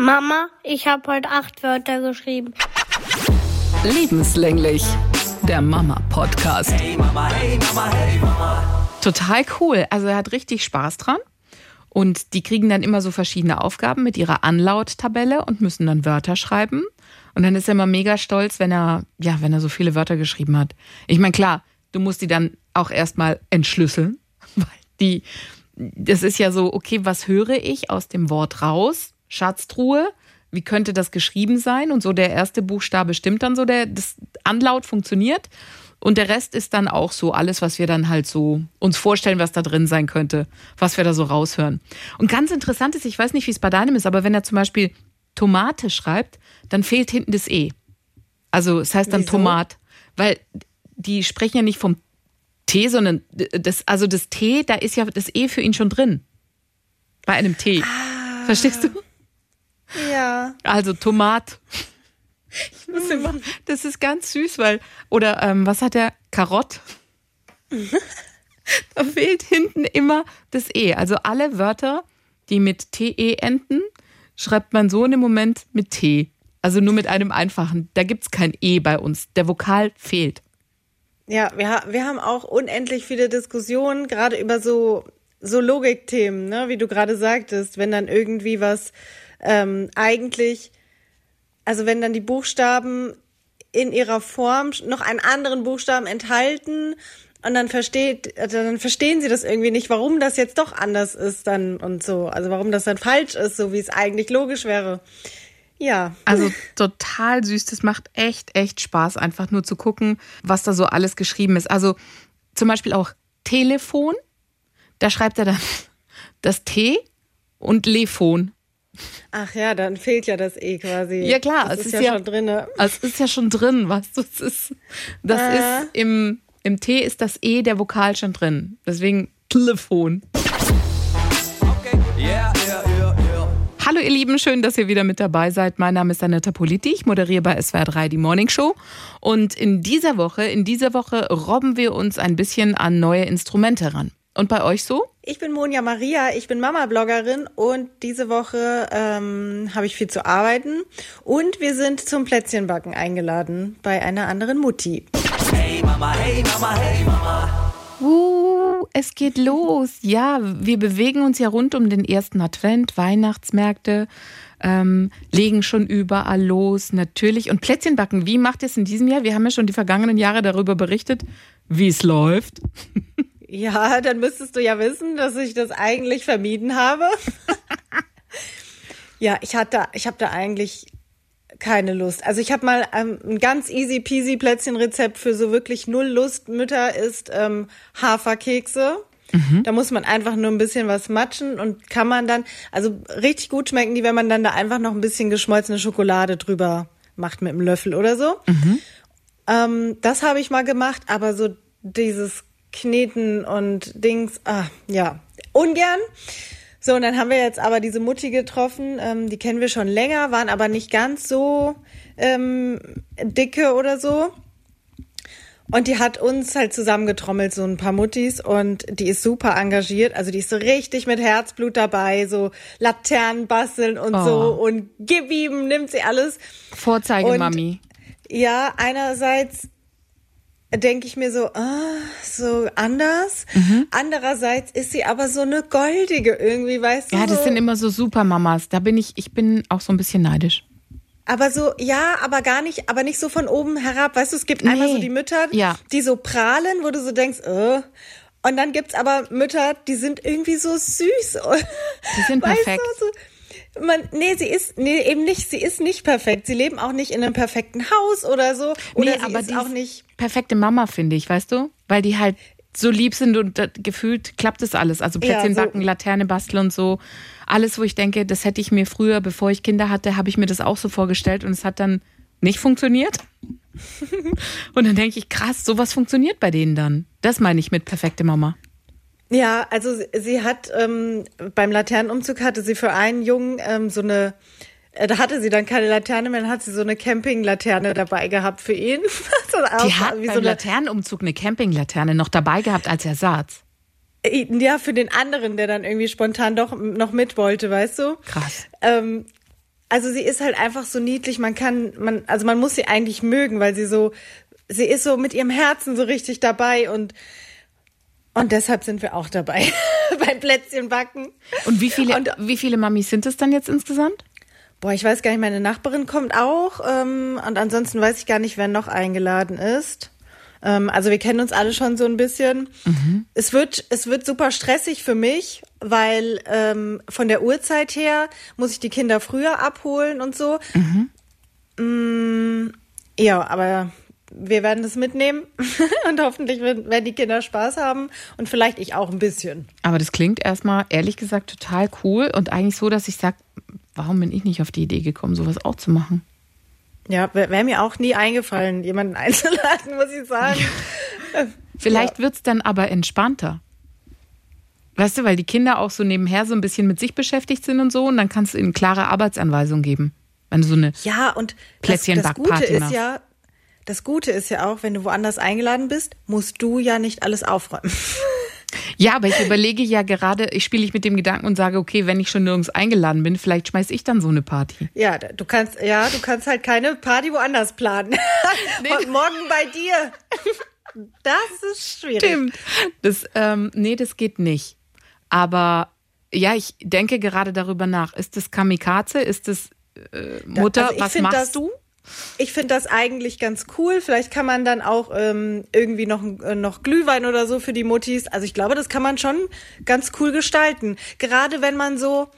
Mama, ich habe heute 8 Wörter geschrieben. Lebenslänglich, der Mama-Podcast. Hey Mama, hey Mama, hey Mama. Total cool. Also er hat richtig Spaß dran. Und die kriegen dann immer so verschiedene Aufgaben mit ihrer Anlauttabelle und müssen dann Wörter schreiben. Und dann ist er immer mega stolz, wenn er so viele Wörter geschrieben hat. Ich meine, klar, du musst die dann auch erstmal entschlüsseln. Weil das ist ja so, okay, was höre ich aus dem Wort raus? Schatztruhe, wie könnte das geschrieben sein? Und so der erste Buchstabe stimmt dann so, das Anlaut funktioniert. Und der Rest ist dann auch so alles, was wir dann halt so uns vorstellen, was da drin sein könnte, was wir da so raushören. Und ganz interessant ist, ich weiß nicht, wie es bei deinem ist, aber wenn er zum Beispiel Tomate schreibt, dann fehlt hinten das E. Also es heißt dann Wieso? Tomat, weil die sprechen ja nicht vom T, sondern das T, da ist ja das E für ihn schon drin. Bei einem T. Verstehst du? Ja. Also Tomat. Ich muss immer, das ist ganz süß, weil, oder was hat der? Karott? Da fehlt hinten immer das E. Also alle Wörter, die mit TE enden, schreibt man so in dem Moment mit T. Also nur mit einem einfachen. Da gibt es kein E bei uns. Der Vokal fehlt. Ja, wir haben auch unendlich viele Diskussionen, gerade über so Logikthemen, ne? Wie du gerade sagtest, wenn dann irgendwie was eigentlich, also wenn dann die Buchstaben in ihrer Form noch einen anderen Buchstaben enthalten und dann verstehen sie das irgendwie nicht, warum das jetzt doch anders ist dann und so, also warum das dann falsch ist, so wie es eigentlich logisch wäre. Ja. Also total süß, das macht echt Spaß, einfach nur zu gucken, was da so alles geschrieben ist. Also zum Beispiel auch Telefon, da schreibt er dann das T und Lefon. Ach ja, dann fehlt ja das E quasi. Ja klar, das ist ja schon drin. Ne? Es ist ja schon drin, weißt du, ist im T ist das E, der Vokal schon drin. Deswegen Telefon. Okay. Yeah. Hallo ihr Lieben, schön, dass ihr wieder mit dabei seid. Mein Name ist Aneta Politi, ich moderiere bei SWR 3 die Morning Show. Und in dieser Woche robben wir uns ein bisschen an neue Instrumente ran. Und bei euch so? Ich bin Monja Maria, ich bin Mama-Bloggerin und diese Woche habe ich viel zu arbeiten. Und wir sind zum Plätzchenbacken eingeladen bei einer anderen Mutti. Hey Mama, hey Mama, hey Mama. Es geht los. Ja, wir bewegen uns ja rund um den ersten Advent, Weihnachtsmärkte, legen schon überall los, natürlich. Und Plätzchenbacken, wie macht ihr es in diesem Jahr? Wir haben ja schon die vergangenen Jahre darüber berichtet, wie es läuft. Ja, dann müsstest du ja wissen, dass ich das eigentlich vermieden habe. Ja, ich habe da eigentlich keine Lust. Also ich habe mal ein ganz easy peasy Plätzchenrezept für so wirklich null Lust. Mütter isst Haferkekse. Da muss man einfach nur ein bisschen was matschen und kann man dann, also richtig gut schmecken die, wenn man dann da einfach noch ein bisschen geschmolzene Schokolade drüber macht mit einem Löffel oder so. Das habe ich mal gemacht, aber so dieses Kneten und Dings, ungern. So, und dann haben wir jetzt aber diese Mutti getroffen, die kennen wir schon länger, waren aber nicht ganz so dicke oder so. Und die hat uns halt zusammengetrommelt, so ein paar Muttis, und die ist super engagiert, also die ist so richtig mit Herzblut dabei, so Laternen basteln und so, und gib ihm, nimmt sie alles. Vorzeigemami. Ja, einerseits denke ich mir so, so anders. Andererseits ist sie aber so eine goldige irgendwie, weißt du? Ja, das sind immer so Supermamas. Ich bin auch so ein bisschen neidisch. Aber so, ja, aber nicht so von oben herab. Weißt du, es gibt einmal so die Mütter, die so prahlen, wo du so denkst, Und dann gibt's aber Mütter, die sind irgendwie so süß. Die sind perfekt. Sie ist nicht perfekt. Sie leben auch nicht in einem perfekten Haus oder so. Oder aber sie ist auch nicht. Perfekte Mama, finde ich, weißt du? Weil die halt so lieb sind und gefühlt klappt das alles. Also Plätzchen backen, Laterne basteln und so. Alles, wo ich denke, das hätte ich mir früher, bevor ich Kinder hatte, habe ich mir das auch so vorgestellt und es hat dann nicht funktioniert. Und dann denke ich, krass, sowas funktioniert bei denen dann. Das meine ich mit perfekte Mama. Ja, also sie hat beim Laternenumzug hatte sie für einen Jungen da hatte sie dann keine Laterne mehr, dann hat sie so eine Campinglaterne dabei gehabt für ihn. Die hat beim Laternenumzug eine Campinglaterne noch dabei gehabt als Ersatz. Ja, für den anderen, der dann irgendwie spontan doch noch mit wollte, weißt du? Krass. also sie ist halt einfach so niedlich, man muss sie eigentlich mögen, weil sie ist so mit ihrem Herzen so richtig dabei und deshalb sind wir auch dabei beim Plätzchenbacken. Und wie viele Mamis sind es dann jetzt insgesamt? Boah, ich weiß gar nicht, meine Nachbarin kommt auch und ansonsten weiß ich gar nicht, wer noch eingeladen ist. Also wir kennen uns alle schon so ein bisschen. Mhm. Es wird super stressig für mich, weil von der Uhrzeit her muss ich die Kinder früher abholen und so. Mhm. Ja, aber wir werden das mitnehmen und hoffentlich werden die Kinder Spaß haben und vielleicht ich auch ein bisschen. Aber das klingt erstmal, ehrlich gesagt, total cool und eigentlich so, dass ich sage, warum bin ich nicht auf die Idee gekommen, sowas auch zu machen? Ja, wäre mir auch nie eingefallen, jemanden einzuladen, muss ich sagen. Vielleicht wird's dann aber entspannter. Weißt du, weil die Kinder auch so nebenher so ein bisschen mit sich beschäftigt sind und so und dann kannst du ihnen klare Arbeitsanweisungen geben. Wenn du so eine Plätzchenbackparty machst. Das Gute ist ja auch, wenn du woanders eingeladen bist, musst du ja nicht alles aufräumen. Ja, aber ich überlege ja gerade, ich spiele mit dem Gedanken und sage, okay, wenn ich schon nirgends eingeladen bin, vielleicht schmeiß ich dann so eine Party. Ja, du kannst halt keine Party woanders planen. Nee. Und morgen bei dir. Das ist schwierig. Stimmt. Das geht nicht. Aber ja, ich denke gerade darüber nach. Ist das Kamikaze? Ist das Mutter? Was machst du? Ich finde das eigentlich ganz cool. Vielleicht kann man dann auch irgendwie noch Glühwein oder so für die Muttis. Also ich glaube, das kann man schon ganz cool gestalten. Gerade wenn man so,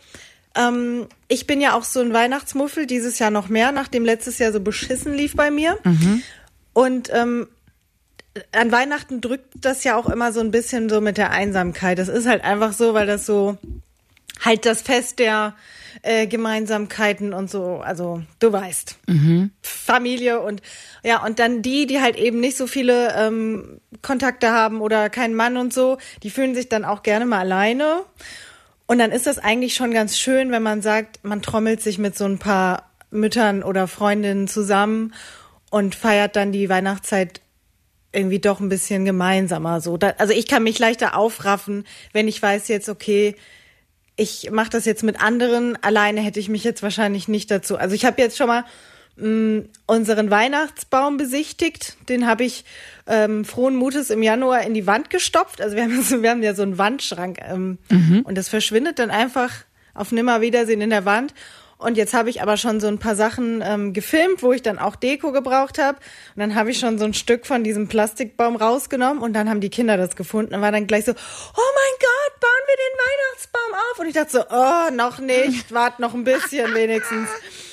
ich bin ja auch so ein Weihnachtsmuffel, dieses Jahr noch mehr, nachdem letztes Jahr so beschissen lief bei mir. Mhm. Und an Weihnachten drückt das ja auch immer so ein bisschen so mit der Einsamkeit. Das ist halt einfach so, weil das so halt das Fest der Gemeinsamkeiten und so, also du weißt, Familie und ja, und dann die halt eben nicht so viele Kontakte haben oder keinen Mann und so, die fühlen sich dann auch gerne mal alleine und dann ist das eigentlich schon ganz schön, wenn man sagt, man trommelt sich mit so ein paar Müttern oder Freundinnen zusammen und feiert dann die Weihnachtszeit irgendwie doch ein bisschen gemeinsamer so. Also ich kann mich leichter aufraffen, wenn ich weiß jetzt, okay, ich mache das jetzt mit anderen, alleine hätte ich mich jetzt wahrscheinlich nicht dazu. Also ich habe jetzt schon mal unseren Weihnachtsbaum besichtigt. Den habe ich frohen Mutes im Januar in die Wand gestopft. Also wir haben ja so einen Wandschrank und das verschwindet dann einfach auf Nimmerwiedersehen in der Wand. Und jetzt habe ich aber schon so ein paar Sachen gefilmt, wo ich dann auch Deko gebraucht habe. Und dann habe ich schon so ein Stück von diesem Plastikbaum rausgenommen und dann haben die Kinder das gefunden und war dann gleich so, oh mein Gott, bauen wir den Weihnachtsbaum auf? Und ich dachte so, oh, noch nicht, wart noch ein bisschen wenigstens.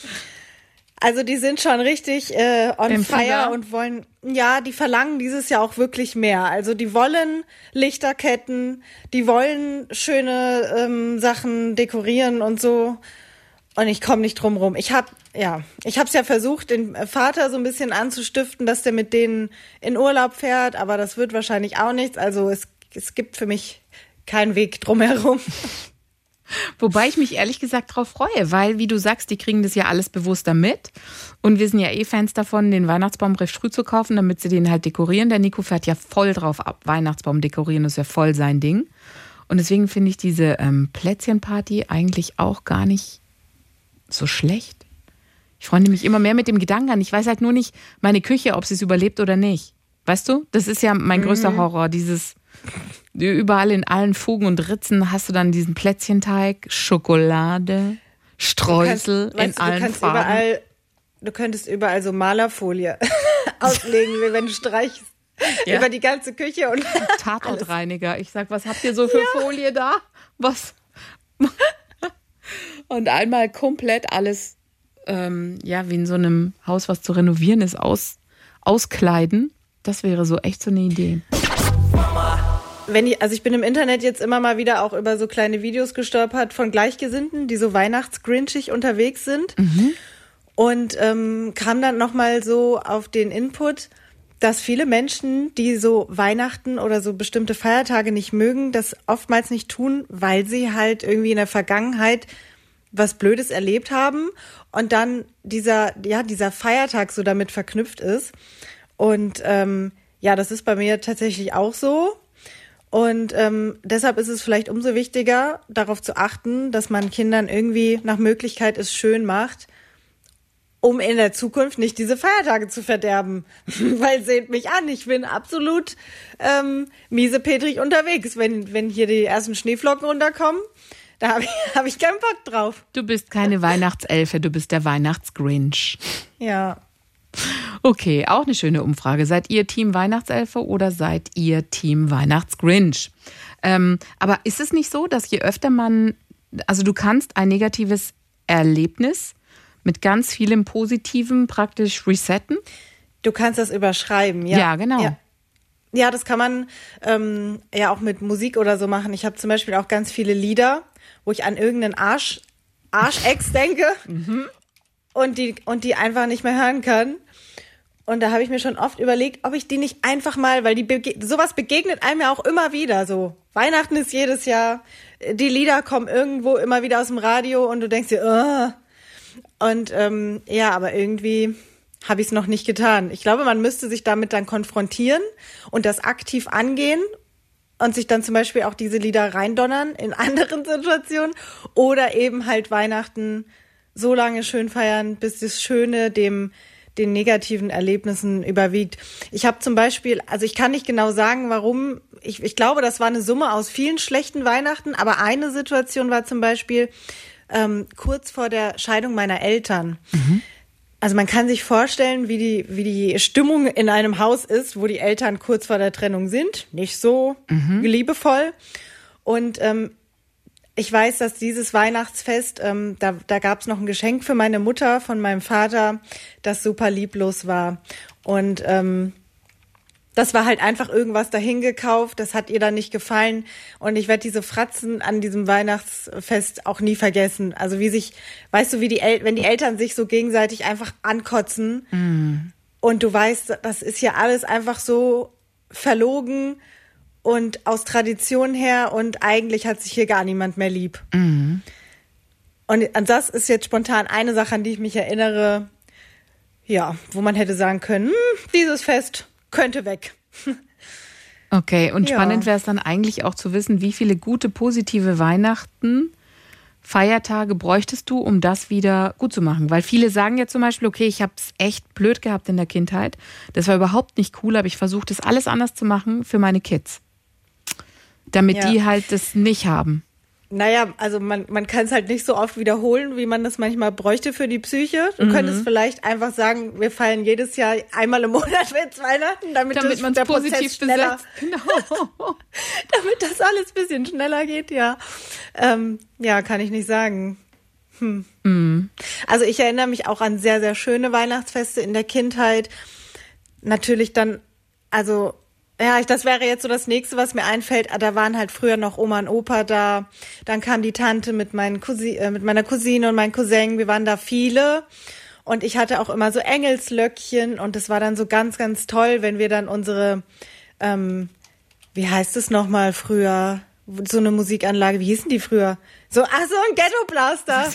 Also die sind schon richtig on fire und wollen, ja, die verlangen dieses Jahr auch wirklich mehr. Also die wollen Lichterketten, die wollen schöne Sachen dekorieren und so. Und ich komme nicht drum rum. Ich habe es ja versucht, den Vater so ein bisschen anzustiften, dass der mit denen in Urlaub fährt, aber das wird wahrscheinlich auch nichts. Also es gibt für mich keinen Weg drumherum. Wobei ich mich ehrlich gesagt drauf freue, weil, wie du sagst, die kriegen das ja alles bewusster mit. Und wir sind ja Fans davon, den Weihnachtsbaum recht früh zu kaufen, damit sie den halt dekorieren. Der Nico fährt ja voll drauf ab. Weihnachtsbaum dekorieren ist ja voll sein Ding. Und deswegen finde ich diese Plätzchenparty eigentlich auch gar nicht so schlecht. Ich freue mich immer mehr mit dem Gedanken an. Ich weiß halt nur nicht, meine Küche, ob sie es überlebt oder nicht. Weißt du? Das ist ja mein größter Horror. Dieses, überall in allen Fugen und Ritzen hast du dann diesen Plätzchenteig, Schokolade, Streusel in allen Farben. Du könntest überall so Malerfolie auslegen, wenn du streichst. Ja. Über die ganze Küche und Tatortreiniger. Ich sag, was habt ihr so für Folie da? Was? Und einmal komplett alles, wie in so einem Haus, was zu renovieren ist, auskleiden. Das wäre so echt so eine Idee. Ich bin im Internet jetzt immer mal wieder auch über so kleine Videos gestolpert von Gleichgesinnten, die so weihnachtsgrinchig unterwegs sind. Mhm. Und kam dann nochmal so auf den Input, dass viele Menschen, die so Weihnachten oder so bestimmte Feiertage nicht mögen, das oftmals nicht tun, weil sie halt irgendwie in der Vergangenheit was Blödes erlebt haben und dann dieser Feiertag so damit verknüpft ist. Und das ist bei mir tatsächlich auch so. Und deshalb ist es vielleicht umso wichtiger, darauf zu achten, dass man Kindern irgendwie nach Möglichkeit es schön macht, um in der Zukunft nicht diese Feiertage zu verderben. Weil seht mich an, ich bin absolut miesepetrig unterwegs. Wenn hier die ersten Schneeflocken runterkommen, da hab ich keinen Bock drauf. Du bist keine Weihnachtselfe, du bist der Weihnachtsgrinch. Ja. Okay, auch eine schöne Umfrage. Seid ihr Team Weihnachtselfe oder seid ihr Team Weihnachtsgrinch? Aber ist es nicht so, dass je öfter also du kannst ein negatives Erlebnis mit ganz vielem Positivem praktisch resetten? Du kannst das überschreiben, ja. Ja, genau. Ja, das kann man ja auch mit Musik oder so machen. Ich habe zum Beispiel auch ganz viele Lieder, wo ich an irgendeinen Arschex denke und die einfach nicht mehr hören kann. Und da habe ich mir schon oft überlegt, ob ich die nicht einfach mal, weil sowas begegnet einem ja auch immer wieder so. Weihnachten ist jedes Jahr, die Lieder kommen irgendwo immer wieder aus dem Radio und du denkst dir, Und ja, aber irgendwie habe ich es noch nicht getan. Ich glaube, man müsste sich damit dann konfrontieren und das aktiv angehen und sich dann zum Beispiel auch diese Lieder reindonnern in anderen Situationen oder eben halt Weihnachten so lange schön feiern, bis das Schöne den negativen Erlebnissen überwiegt. Ich habe zum Beispiel, also ich kann nicht genau sagen, warum, ich glaube, das war eine Summe aus vielen schlechten Weihnachten, aber eine Situation war zum Beispiel kurz vor der Scheidung meiner Eltern. Also man kann sich vorstellen, wie die Stimmung in einem Haus ist, wo die Eltern kurz vor der Trennung sind. Nicht so liebevoll. Und ich weiß, dass dieses Weihnachtsfest, da gab es noch ein Geschenk für meine Mutter von meinem Vater, das super lieblos war. Und das war halt einfach irgendwas dahin gekauft, das hat ihr dann nicht gefallen. Und ich werde diese Fratzen an diesem Weihnachtsfest auch nie vergessen. Also weißt du, wenn die Eltern sich so gegenseitig einfach ankotzen und du weißt, das ist ja alles einfach so verlogen und aus Tradition her und eigentlich hat sich hier gar niemand mehr lieb. Und an das ist jetzt spontan eine Sache, an die ich mich erinnere, ja, wo man hätte sagen können, dieses Fest könnte weg. Okay, und spannend wäre es dann eigentlich auch zu wissen, wie viele gute, positive Feiertage bräuchtest du, um das wieder gut zu machen? Weil viele sagen ja zum Beispiel, okay, ich habe es echt blöd gehabt in der Kindheit. Das war überhaupt nicht cool, aber ich versuche das alles anders zu machen für meine Kids. Damit die halt das nicht haben. Naja, also man kann es halt nicht so oft wiederholen, wie man das manchmal bräuchte für die Psyche. Du könntest vielleicht einfach sagen, wir feiern jedes Jahr einmal im Monat mit Weihnachten, damit man es positiv schneller, genau. Damit das alles ein bisschen schneller geht, ja. Ja, kann ich nicht sagen. Also ich erinnere mich auch an sehr, sehr schöne Weihnachtsfeste in der Kindheit. Natürlich dann, also ja, das wäre jetzt so das Nächste, was mir einfällt. Da waren halt früher noch Oma und Opa da. Dann kam die Tante mit meiner Cousine und meinem Cousin. Wir waren da viele. Und ich hatte auch immer so Engelslöckchen. Und es war dann so ganz, ganz toll, wenn wir dann unsere, wie heißt es nochmal früher? So eine Musikanlage, wie hießen die früher? So ein Ghetto-Blaster.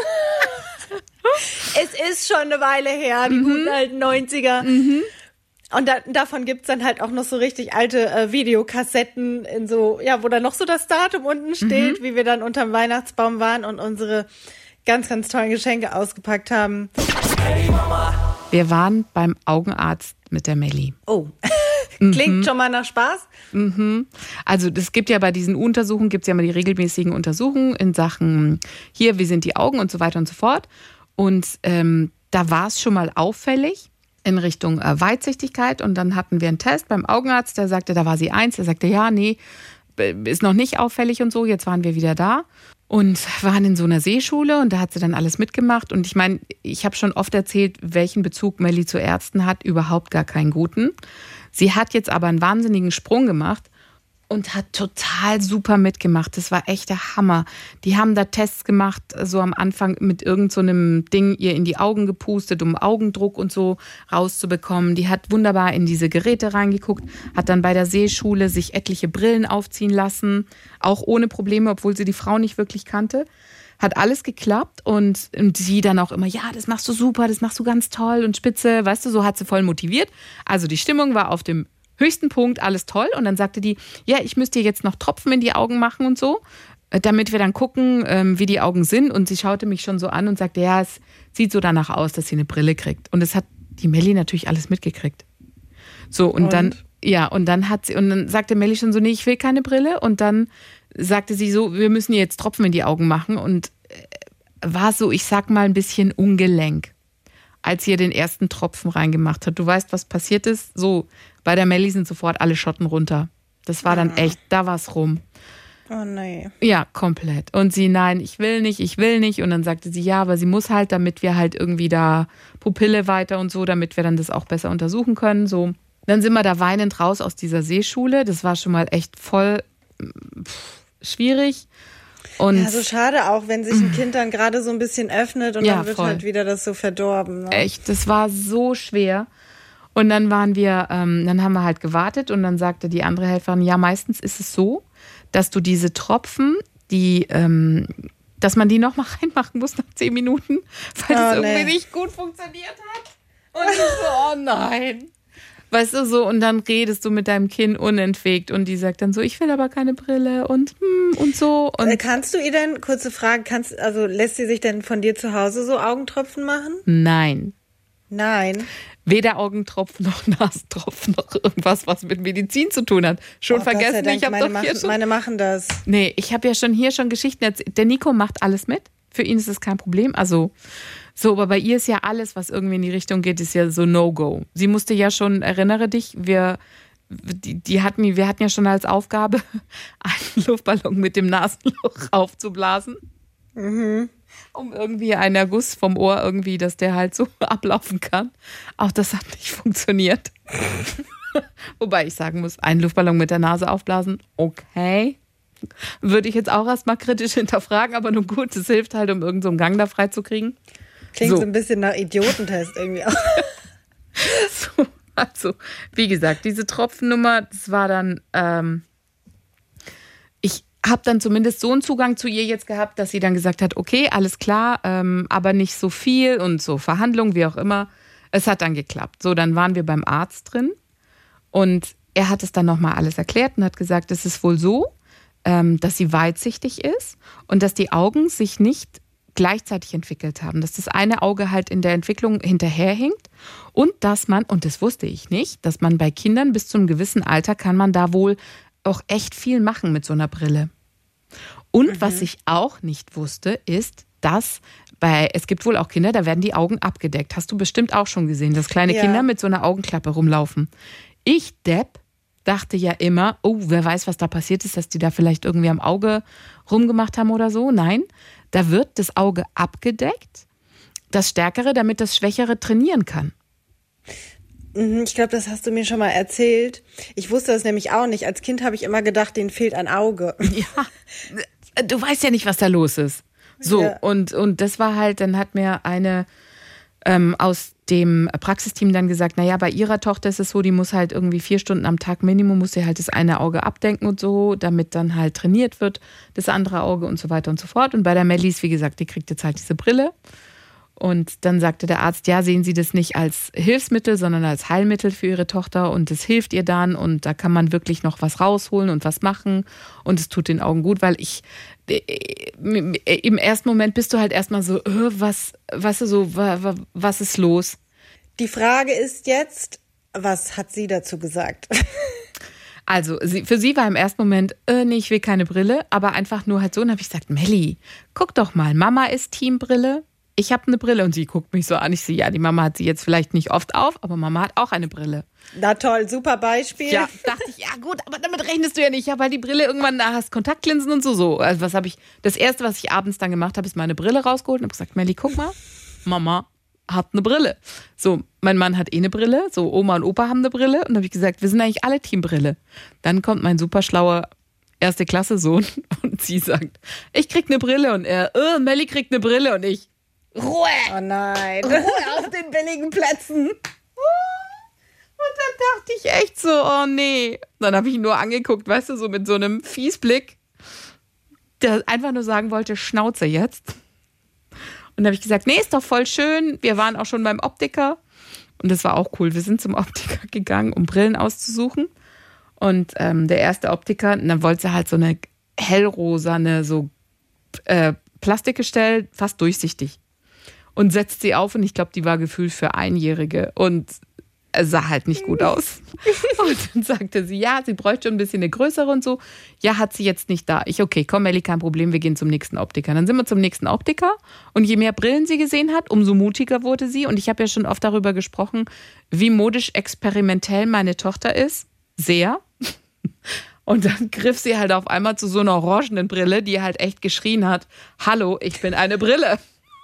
Es ist schon eine Weile her, die guten alten 90er. Und davon gibt's dann halt auch noch so richtig alte Videokassetten in so, ja, wo dann noch so das Datum unten steht, wie wir dann unterm Weihnachtsbaum waren und unsere ganz, ganz tollen Geschenke ausgepackt haben. Hey Mama. Wir waren beim Augenarzt mit der Melli. Oh, klingt schon mal nach Spaß. Also es gibt ja bei diesen Untersuchungen, gibt's ja mal die regelmäßigen Untersuchungen in Sachen, hier, wie sind die Augen und so weiter und so fort. Und da war es schon mal auffällig in Richtung Weitsichtigkeit. Und dann hatten wir einen Test beim Augenarzt, der sagte, da war sie 1. Der sagte, ja, nee, ist noch nicht auffällig und so. Jetzt waren wir wieder da und waren in so einer Seeschule und da hat sie dann alles mitgemacht. Und ich meine, ich habe schon oft erzählt, welchen Bezug Melli zu Ärzten hat. Überhaupt gar keinen guten. Sie hat jetzt aber einen wahnsinnigen Sprung gemacht und hat total super mitgemacht. Das war echt der Hammer. Die haben da Tests gemacht, so am Anfang mit irgend so einem Ding ihr in die Augen gepustet, um Augendruck und so rauszubekommen. Die hat wunderbar in diese Geräte reingeguckt, hat dann bei der Seeschule sich etliche Brillen aufziehen lassen, auch ohne Probleme, obwohl sie die Frau nicht wirklich kannte. Hat alles geklappt und sie dann auch immer, ja, das machst du super, das machst du ganz toll und spitze, weißt du, so hat sie voll motiviert. Also die Stimmung war auf dem höchsten Punkt, alles toll. Und dann sagte die, ja, ich müsste dir jetzt noch Tropfen in die Augen machen und so, damit wir dann gucken, wie die Augen sind. Und sie schaute mich schon so an und sagte, ja, es sieht so danach aus, dass sie eine Brille kriegt. Und das hat die Melli natürlich alles mitgekriegt. So, und dann sagte Melli schon so, nee, ich will keine Brille. Und dann sagte sie so, wir müssen ihr jetzt Tropfen in die Augen machen. Und war so, ich sag mal, ein bisschen ungelenk, als sie ihr den ersten Tropfen reingemacht hat. Du weißt, was passiert ist? So, bei der Melli sind sofort alle Schotten runter. Das war dann echt, da war's rum. Oh nee. Ja, komplett. Und sie, nein, ich will nicht. Und dann sagte sie, ja, aber sie muss halt, damit wir halt irgendwie da Pupille weiter und so, damit wir dann das auch besser untersuchen können. So. Dann sind wir da weinend raus aus dieser Seeschule. Das war schon mal echt voll schwierig. Und ja, so schade auch, wenn sich ein Kind dann gerade so ein bisschen öffnet und dann wird voll. Halt wieder das so verdorben. Ne? Echt, das war so schwer. Und dann dann haben wir halt gewartet und dann sagte die andere Helferin, ja, meistens ist es so, dass du diese Tropfen, dass man die nochmal reinmachen muss nach 10 Minuten, weil es irgendwie nicht gut funktioniert hat. Und ich so, oh nein. Weißt du, so, und dann redest du mit deinem Kind unentwegt und die sagt dann so, ich will aber keine Brille und so. Und kannst du ihr denn, kurze Frage, lässt sie sich denn von dir zu Hause so Augentropfen machen? Nein. Weder Augentropfen noch Nasentropfen noch irgendwas, was mit Medizin zu tun hat. Schon vergessen, ich habe doch hier schon... Meine machen das. Nee, ich habe ja schon hier Geschichten erzählt. Der Nico macht alles mit. Für ihn ist es kein Problem. Also, so, aber bei ihr ist ja alles, was irgendwie in die Richtung geht, ist ja so No-Go. Sie musste ja schon, erinnere dich, wir hatten ja schon als Aufgabe, einen Luftballon mit dem Nasenloch aufzublasen. Mhm. Um irgendwie einen Erguss vom Ohr irgendwie, dass der halt so ablaufen kann. Auch das hat nicht funktioniert. Wobei ich sagen muss, einen Luftballon mit der Nase aufblasen, okay. Würde ich jetzt auch erstmal kritisch hinterfragen, aber nun gut, es hilft halt, um irgendeinen so einen Gang da freizukriegen. Klingt so ein bisschen nach Idiotentest irgendwie auch. So, also, wie gesagt, diese Tropfennummer, das war dann, ich habe dann zumindest so einen Zugang zu ihr jetzt gehabt, dass sie dann gesagt hat, okay, alles klar, aber nicht so viel und so Verhandlungen, wie auch immer. Es hat dann geklappt. So, dann waren wir beim Arzt drin und er hat es dann nochmal alles erklärt und hat gesagt, es ist wohl so, dass sie weitsichtig ist und dass die Augen sich nicht gleichzeitig entwickelt haben, dass das eine Auge halt in der Entwicklung hinterherhinkt und dass man, und das wusste ich nicht, dass man bei Kindern bis zu einem gewissen Alter kann man da wohl auch echt viel machen mit so einer Brille. Und was ich auch nicht wusste, ist, dass es gibt wohl auch Kinder, da werden die Augen abgedeckt. Hast du bestimmt auch schon gesehen, dass kleine Kinder mit so einer Augenklappe rumlaufen. Ich, Depp, dachte ja immer, oh, wer weiß, was da passiert ist, dass die da vielleicht irgendwie am Auge rumgemacht haben oder so. Nein, da wird das Auge abgedeckt, das Stärkere, damit das Schwächere trainieren kann. Ich glaube, das hast du mir schon mal erzählt. Ich wusste das nämlich auch nicht. Als Kind habe ich immer gedacht, denen fehlt ein Auge. Ja, du weißt ja nicht, was da los ist. So, ja. Und das war halt, dann hat mir eine aus dem Praxisteam dann gesagt, naja, bei ihrer Tochter ist es so, die muss halt irgendwie 4 Stunden am Tag Minimum, muss sie halt das eine Auge abdenken und so, damit dann halt trainiert wird, das andere Auge und so weiter und so fort. Und bei der Mellis, wie gesagt, die kriegt jetzt halt diese Brille. Und dann sagte der Arzt, ja, sehen Sie das nicht als Hilfsmittel, sondern als Heilmittel für Ihre Tochter und das hilft ihr dann und da kann man wirklich noch was rausholen und was machen und es tut den Augen gut, weil im ersten Moment bist du halt erstmal so, was ist los? Die Frage ist jetzt, was hat sie dazu gesagt? Also für sie war im ersten Moment, nee, ich will keine Brille, aber einfach nur halt so. Und dann habe ich gesagt, Melli, guck doch mal, Mama ist Teambrille. Ich habe eine Brille und sie guckt mich so an. Ich sehe, ja, die Mama hat sie jetzt vielleicht nicht oft auf, aber Mama hat auch eine Brille. Na toll, super Beispiel. Ja, dachte ich, ja gut, aber damit rechnest du ja nicht. Ja, weil die Brille irgendwann, da hast Kontaktlinsen und so. Also das Erste, was ich abends dann gemacht habe, ist meine Brille rausgeholt und habe gesagt, Melli, guck mal, Mama hat eine Brille. So, mein Mann hat eine Brille, so Oma und Opa haben eine Brille und habe ich gesagt, wir sind eigentlich alle Teambrille. Dann kommt mein super schlauer 1. Klasse Sohn und sie sagt, ich krieg eine Brille und er, Melli kriegt eine Brille und ich, Ruhe! Oh nein. Ruhe auf den billigen Plätzen. Und dann dachte ich echt so, oh nee. Dann habe ich ihn nur angeguckt, weißt du, so mit so einem Fiesblick, der einfach nur sagen wollte, Schnauze jetzt. Und dann habe ich gesagt, nee, ist doch voll schön. Wir waren auch schon beim Optiker. Und das war auch cool. Wir sind zum Optiker gegangen, um Brillen auszusuchen. Und der erste Optiker, dann wollte sie halt so eine hellrosane, so Plastikgestell, fast durchsichtig. Und setzt sie auf und ich glaube, die war gefühlt für Einjährige. Und es sah halt nicht gut aus. Und dann sagte sie, ja, sie bräuchte schon ein bisschen eine größere und so. Ja, hat sie jetzt nicht da. Okay, komm Melli, kein Problem, wir gehen zum nächsten Optiker. Dann sind wir zum nächsten Optiker und je mehr Brillen sie gesehen hat, umso mutiger wurde sie. Und ich habe ja schon oft darüber gesprochen, wie modisch experimentell meine Tochter ist. Sehr. Und dann griff sie halt auf einmal zu so einer orangenen Brille, die halt echt geschrien hat, hallo, ich bin eine Brille.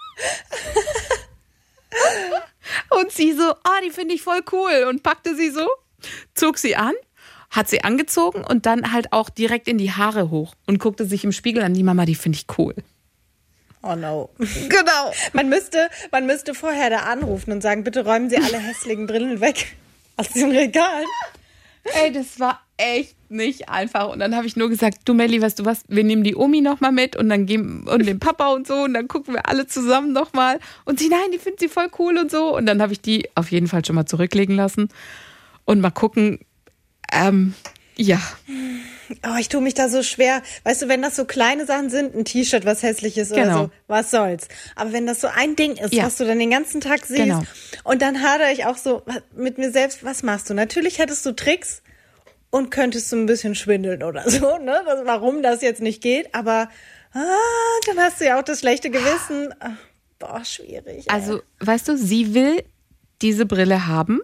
Und sie so, die finde ich voll cool und packte sie so, zog sie an, hat sie angezogen und dann halt auch direkt in die Haare hoch und guckte sich im Spiegel an, die Mama, die finde ich cool. Oh no. Genau. Man müsste vorher da anrufen und sagen, bitte räumen Sie alle hässlichen Brillen weg aus dem Regal. Ey, das war echt nicht einfach. Und dann habe ich nur gesagt, du Melli, weißt du was, wir nehmen die Omi nochmal mit und dann gehen und den Papa und so und dann gucken wir alle zusammen nochmal. Und sie, nein, die findet sie voll cool und so. Und dann habe ich die auf jeden Fall schon mal zurücklegen lassen und mal gucken, ja. Oh, ich tue mich da so schwer. Weißt du, wenn das so kleine Sachen sind, ein T-Shirt, was hässlich ist oder so, was soll's. Aber wenn das so ein Ding ist, was du dann den ganzen Tag siehst und dann hadere ich auch so mit mir selbst, was machst du? Natürlich hättest du Tricks und könntest du ein bisschen schwindeln oder so, ne? Warum das jetzt nicht geht, aber dann hast du ja auch das schlechte Gewissen. Boah, schwierig. Ey. Also, weißt du, sie will diese Brille haben.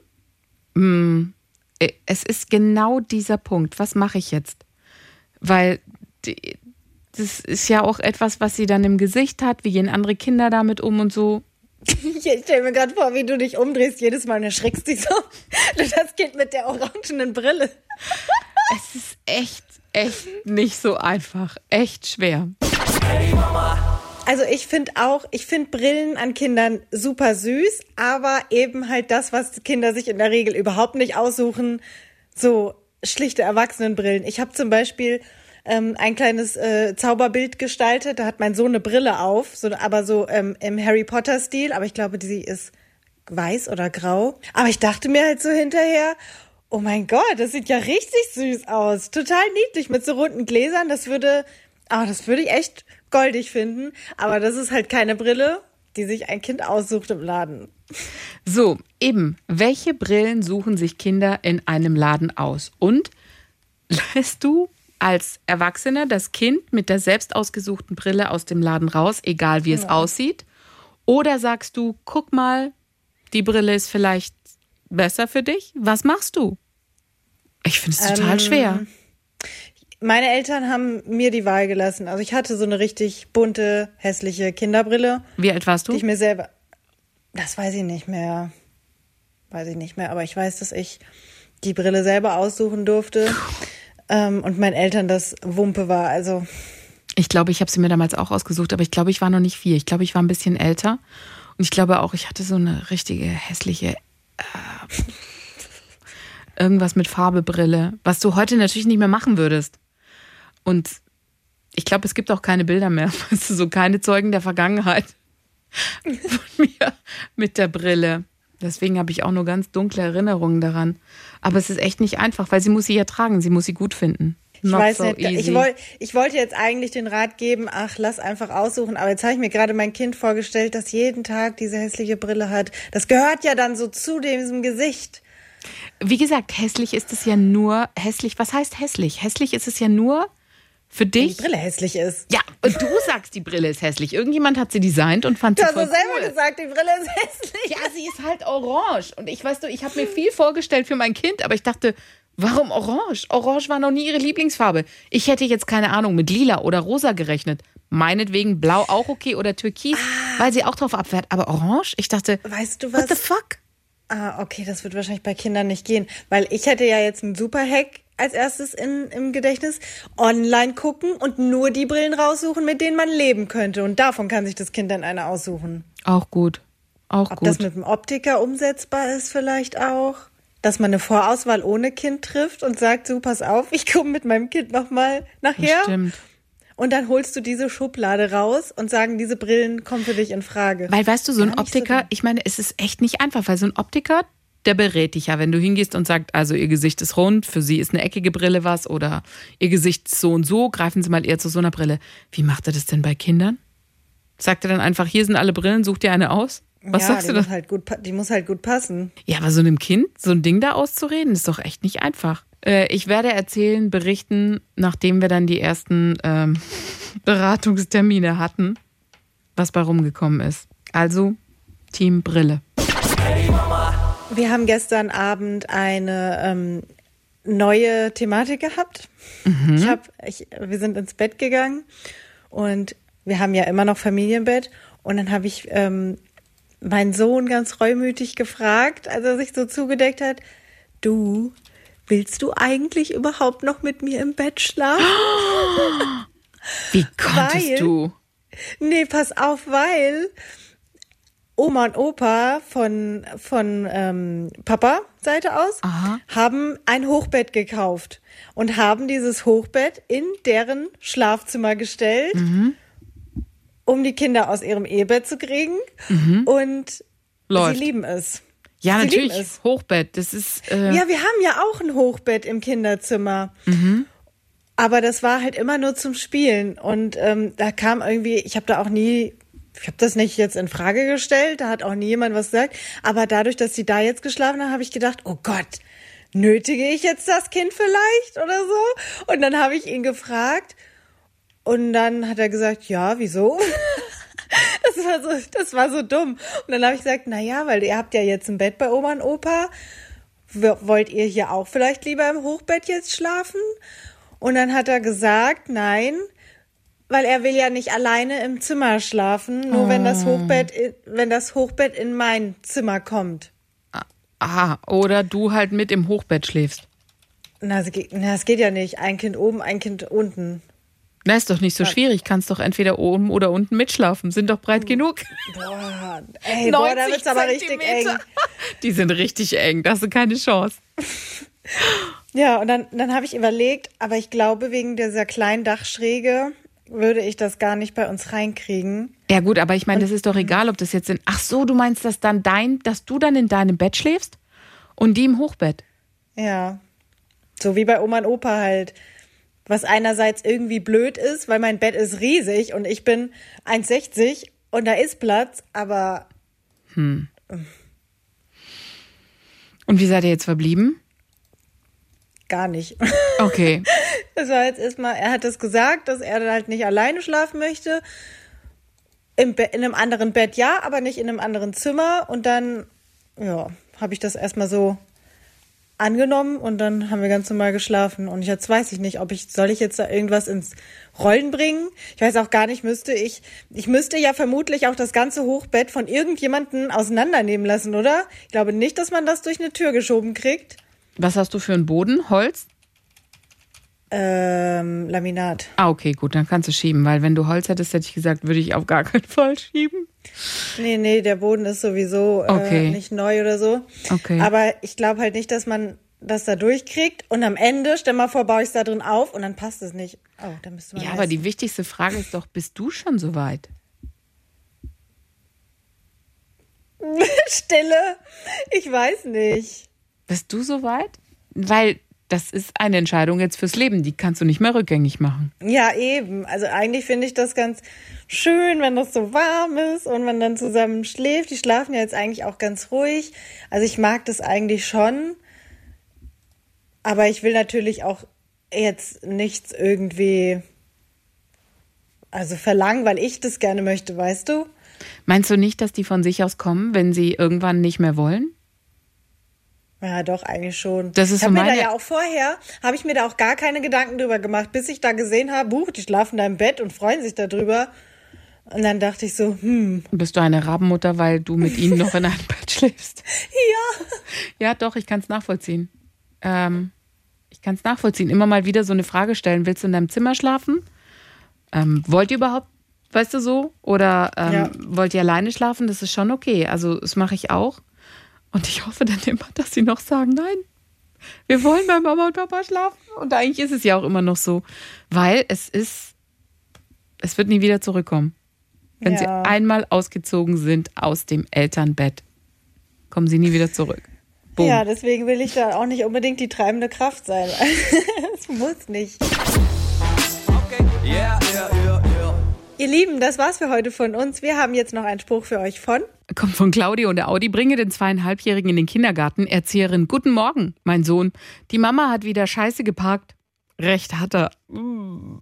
Es ist genau dieser Punkt. Was mache ich jetzt? Weil das ist ja auch etwas, was sie dann im Gesicht hat. Wie gehen andere Kinder damit um und so? Ich stelle mir gerade vor, wie du dich umdrehst, jedes Mal und erschrickst dich so. Das Kind mit der orangenen Brille. Es ist echt nicht so einfach. Echt schwer. Hey Mama. Also ich finde Brillen an Kindern super süß, aber eben halt das, was Kinder sich in der Regel überhaupt nicht aussuchen, so schlichte Erwachsenenbrillen. Ich habe zum Beispiel ein kleines Zauberbild gestaltet, da hat mein Sohn eine Brille auf, aber so im Harry Potter-Stil, aber ich glaube, sie ist weiß oder grau. Aber ich dachte mir halt so hinterher, oh mein Gott, das sieht ja richtig süß aus, total niedlich mit so runden Gläsern, das würde ich echt goldig finden, aber das ist halt keine Brille, die sich ein Kind aussucht im Laden. So, eben, welche Brillen suchen sich Kinder in einem Laden aus? Und lässt du als Erwachsener das Kind mit der selbst ausgesuchten Brille aus dem Laden raus, egal wie es aussieht? Oder sagst du, guck mal, die Brille ist vielleicht besser für dich? Was machst du? Ich finde es total schwer. Meine Eltern haben mir die Wahl gelassen. Also ich hatte so eine richtig bunte, hässliche Kinderbrille. Wie alt warst du? Die ich mir selber... Das weiß ich nicht mehr. Aber ich weiß, dass ich die Brille selber aussuchen durfte. Und meinen Eltern das Wumpe war. Also ich glaube, ich habe sie mir damals auch ausgesucht, aber ich glaube, ich war noch nicht 4. Ich glaube, ich war ein bisschen älter. Und ich glaube auch, ich hatte so eine richtige hässliche irgendwas mit Farbebrille, was du heute natürlich nicht mehr machen würdest. Und ich glaube, es gibt auch keine Bilder mehr, weißt du, so keine Zeugen der Vergangenheit von mir mit der Brille. Deswegen habe ich auch nur ganz dunkle Erinnerungen daran. Aber es ist echt nicht einfach, weil sie muss sie ja tragen, sie muss sie gut finden. Ich weiß nicht, ich wollte jetzt eigentlich den Rat geben, lass einfach aussuchen, aber jetzt habe ich mir gerade mein Kind vorgestellt, das jeden Tag diese hässliche Brille hat. Das gehört ja dann so zu diesem Gesicht. Wie gesagt, hässlich ist es ja nur, was heißt hässlich? Hässlich ist es ja nur für dich. Wenn die Brille hässlich ist. Ja, und du sagst, die Brille ist hässlich. Irgendjemand hat sie designt und fand sie voll cool. Du hast selber gesagt, die Brille ist hässlich. Ja, sie ist halt orange. Und ich habe mir viel vorgestellt für mein Kind, aber ich dachte, warum orange? Orange war noch nie ihre Lieblingsfarbe. Ich hätte jetzt, keine Ahnung, mit lila oder rosa gerechnet. Meinetwegen blau auch okay oder türkis, weil sie auch drauf abfährt. Aber orange? Ich dachte, weißt du was? What the fuck? Okay, das wird wahrscheinlich bei Kindern nicht gehen. Weil ich hätte ja jetzt einen super Hack als erstes im Gedächtnis. Online gucken und nur die Brillen raussuchen, mit denen man leben könnte. Und davon kann sich das Kind dann eine aussuchen. Auch gut. Ob das mit dem Optiker umsetzbar ist vielleicht auch. Dass man eine Vorauswahl ohne Kind trifft und sagt, so, pass auf, ich komme mit meinem Kind nochmal nachher. Stimmt. Und dann holst du diese Schublade raus und sagen, diese Brillen kommen für dich in Frage. Weil, weißt du, so ein Optiker, ich meine, es ist echt nicht einfach, weil so ein Optiker, der berät dich ja, wenn du hingehst und sagst, also ihr Gesicht ist rund, für sie ist eine eckige Brille was oder ihr Gesicht ist so und so, greifen Sie mal eher zu so einer Brille. Wie macht er das denn bei Kindern? Sagt er dann einfach, hier sind alle Brillen, such dir eine aus? Was sagst du da? Die muss halt gut passen. Ja, aber so einem Kind so ein Ding da auszureden, ist doch echt nicht einfach. Ich werde berichten, nachdem wir dann die ersten Beratungstermine hatten, was bei rumgekommen ist. Also, Team Brille. Hey Mama. Wir haben gestern Abend eine neue Thematik gehabt. Wir sind ins Bett gegangen und wir haben ja immer noch Familienbett. Und dann habe ich meinen Sohn ganz reumütig gefragt, als er sich so zugedeckt hat, du, willst du eigentlich überhaupt noch mit mir im Bett schlafen? Wie konntest du? Nee, pass auf, weil Oma und Opa von Papa Seite aus haben ein Hochbett gekauft und haben dieses Hochbett in deren Schlafzimmer gestellt, um die Kinder aus ihrem Ehebett zu kriegen. Und Läuft. sie lieben es. Ja, Sie natürlich. lieben es. Hochbett, das ist... Ja, wir haben ja auch ein Hochbett im Kinderzimmer. Aber das war halt immer nur zum Spielen. Und da kam irgendwie, ich habe das nicht jetzt in Frage gestellt, da hat auch nie jemand was gesagt. Aber dadurch, dass sie da jetzt geschlafen haben, habe ich gedacht, oh Gott, nötige ich jetzt das Kind vielleicht oder so? Und dann habe ich ihn gefragt und dann hat er gesagt, ja, wieso? Das war so dumm. Und dann habe ich gesagt, naja, weil ihr habt ja jetzt ein Bett bei Oma und Opa. Wollt ihr hier auch vielleicht lieber im Hochbett jetzt schlafen? Und dann hat er gesagt, nein, weil er will ja nicht alleine im Zimmer schlafen, nur wenn das Hochbett in mein Zimmer kommt. Aha, oder du halt mit im Hochbett schläfst. Es geht ja nicht. Ein Kind oben, ein Kind unten. Na, ist doch nicht so schwierig. Kannst doch entweder oben oder unten mitschlafen. Sind doch breit genug. Boah, da wird's aber richtig eng. Die sind richtig eng. Da hast du keine Chance. Ja, und dann habe ich überlegt, aber ich glaube, wegen dieser kleinen Dachschräge würde ich das gar nicht bei uns reinkriegen. Ja gut, aber ich meine, das ist doch egal, ob das jetzt in... Ach so, du meinst, dass du dann in deinem Bett schläfst und die im Hochbett? Ja, so wie bei Oma und Opa halt. Was einerseits irgendwie blöd ist, weil mein Bett ist riesig und ich bin 1,60 und da ist Platz, aber... Und wie seid ihr jetzt verblieben? Gar nicht. Okay. Das war jetzt erstmal, er hat es gesagt, dass er dann halt nicht alleine schlafen möchte. In einem anderen Bett ja, aber nicht in einem anderen Zimmer. Und dann, ja, habe ich das erstmal so angenommen und dann haben wir ganz normal geschlafen. Und jetzt weiß ich nicht, soll ich jetzt da irgendwas ins Rollen bringen? Ich weiß auch gar nicht, ich müsste ja vermutlich auch das ganze Hochbett von irgendjemandem auseinandernehmen lassen, oder? Ich glaube nicht, dass man das durch eine Tür geschoben kriegt. Was hast du für einen Boden? Holz? Laminat. Ah, okay, gut, dann kannst du schieben, weil wenn du Holz hättest, hätte ich gesagt, würde ich auf gar keinen Fall schieben. Nee, der Boden ist sowieso nicht neu oder so. Okay. Aber ich glaube halt nicht, dass man das da durchkriegt und am Ende, stell mal vor, baue ich es da drin auf und dann passt es nicht. Oh, da müsste man aber die wichtigste Frage ist doch, bist du schon so weit? Stille? Ich weiß nicht. Bist du so weit? Weil das ist eine Entscheidung jetzt fürs Leben, die kannst du nicht mehr rückgängig machen. Ja, eben. Also eigentlich finde ich das ganz schön, wenn das so warm ist und man dann zusammen schläft. Die schlafen ja jetzt eigentlich auch ganz ruhig. Also ich mag das eigentlich schon. Aber ich will natürlich auch jetzt nichts irgendwie verlangen, weil ich das gerne möchte, weißt du? Meinst du nicht, dass die von sich aus kommen, wenn sie irgendwann nicht mehr wollen? Ja, doch, eigentlich schon. Das ist ich habe mir da ja auch vorher, habe ich mir da auch gar keine Gedanken drüber gemacht, bis ich da gesehen habe, die schlafen da im Bett und freuen sich darüber. Und dann dachte ich so, Bist du eine Rabenmutter, weil du mit ihnen noch in einem Bett schläfst? Ja. Ja, doch, ich kann es nachvollziehen. Immer mal wieder so eine Frage stellen. Willst du in deinem Zimmer schlafen? Wollt ihr überhaupt, weißt du so? Oder wollt ihr alleine schlafen? Das ist schon okay. Also das mache ich auch. Und ich hoffe dann immer, dass sie noch sagen, nein, wir wollen bei Mama und Papa schlafen. Und eigentlich ist es ja auch immer noch so. Weil es wird nie wieder zurückkommen. Wenn sie einmal ausgezogen sind aus dem Elternbett, kommen sie nie wieder zurück. Boom. Ja, deswegen will ich da auch nicht unbedingt die treibende Kraft sein. Es muss nicht. Okay. Yeah. Ihr Lieben, das war's für heute von uns. Wir haben jetzt noch einen Spruch für euch von... Kommt von Claudia und der Audi. Bringe den 2,5-Jährigen in den Kindergarten. Erzieherin: Guten Morgen, mein Sohn. Die Mama hat wieder Scheiße geparkt. Recht hat er.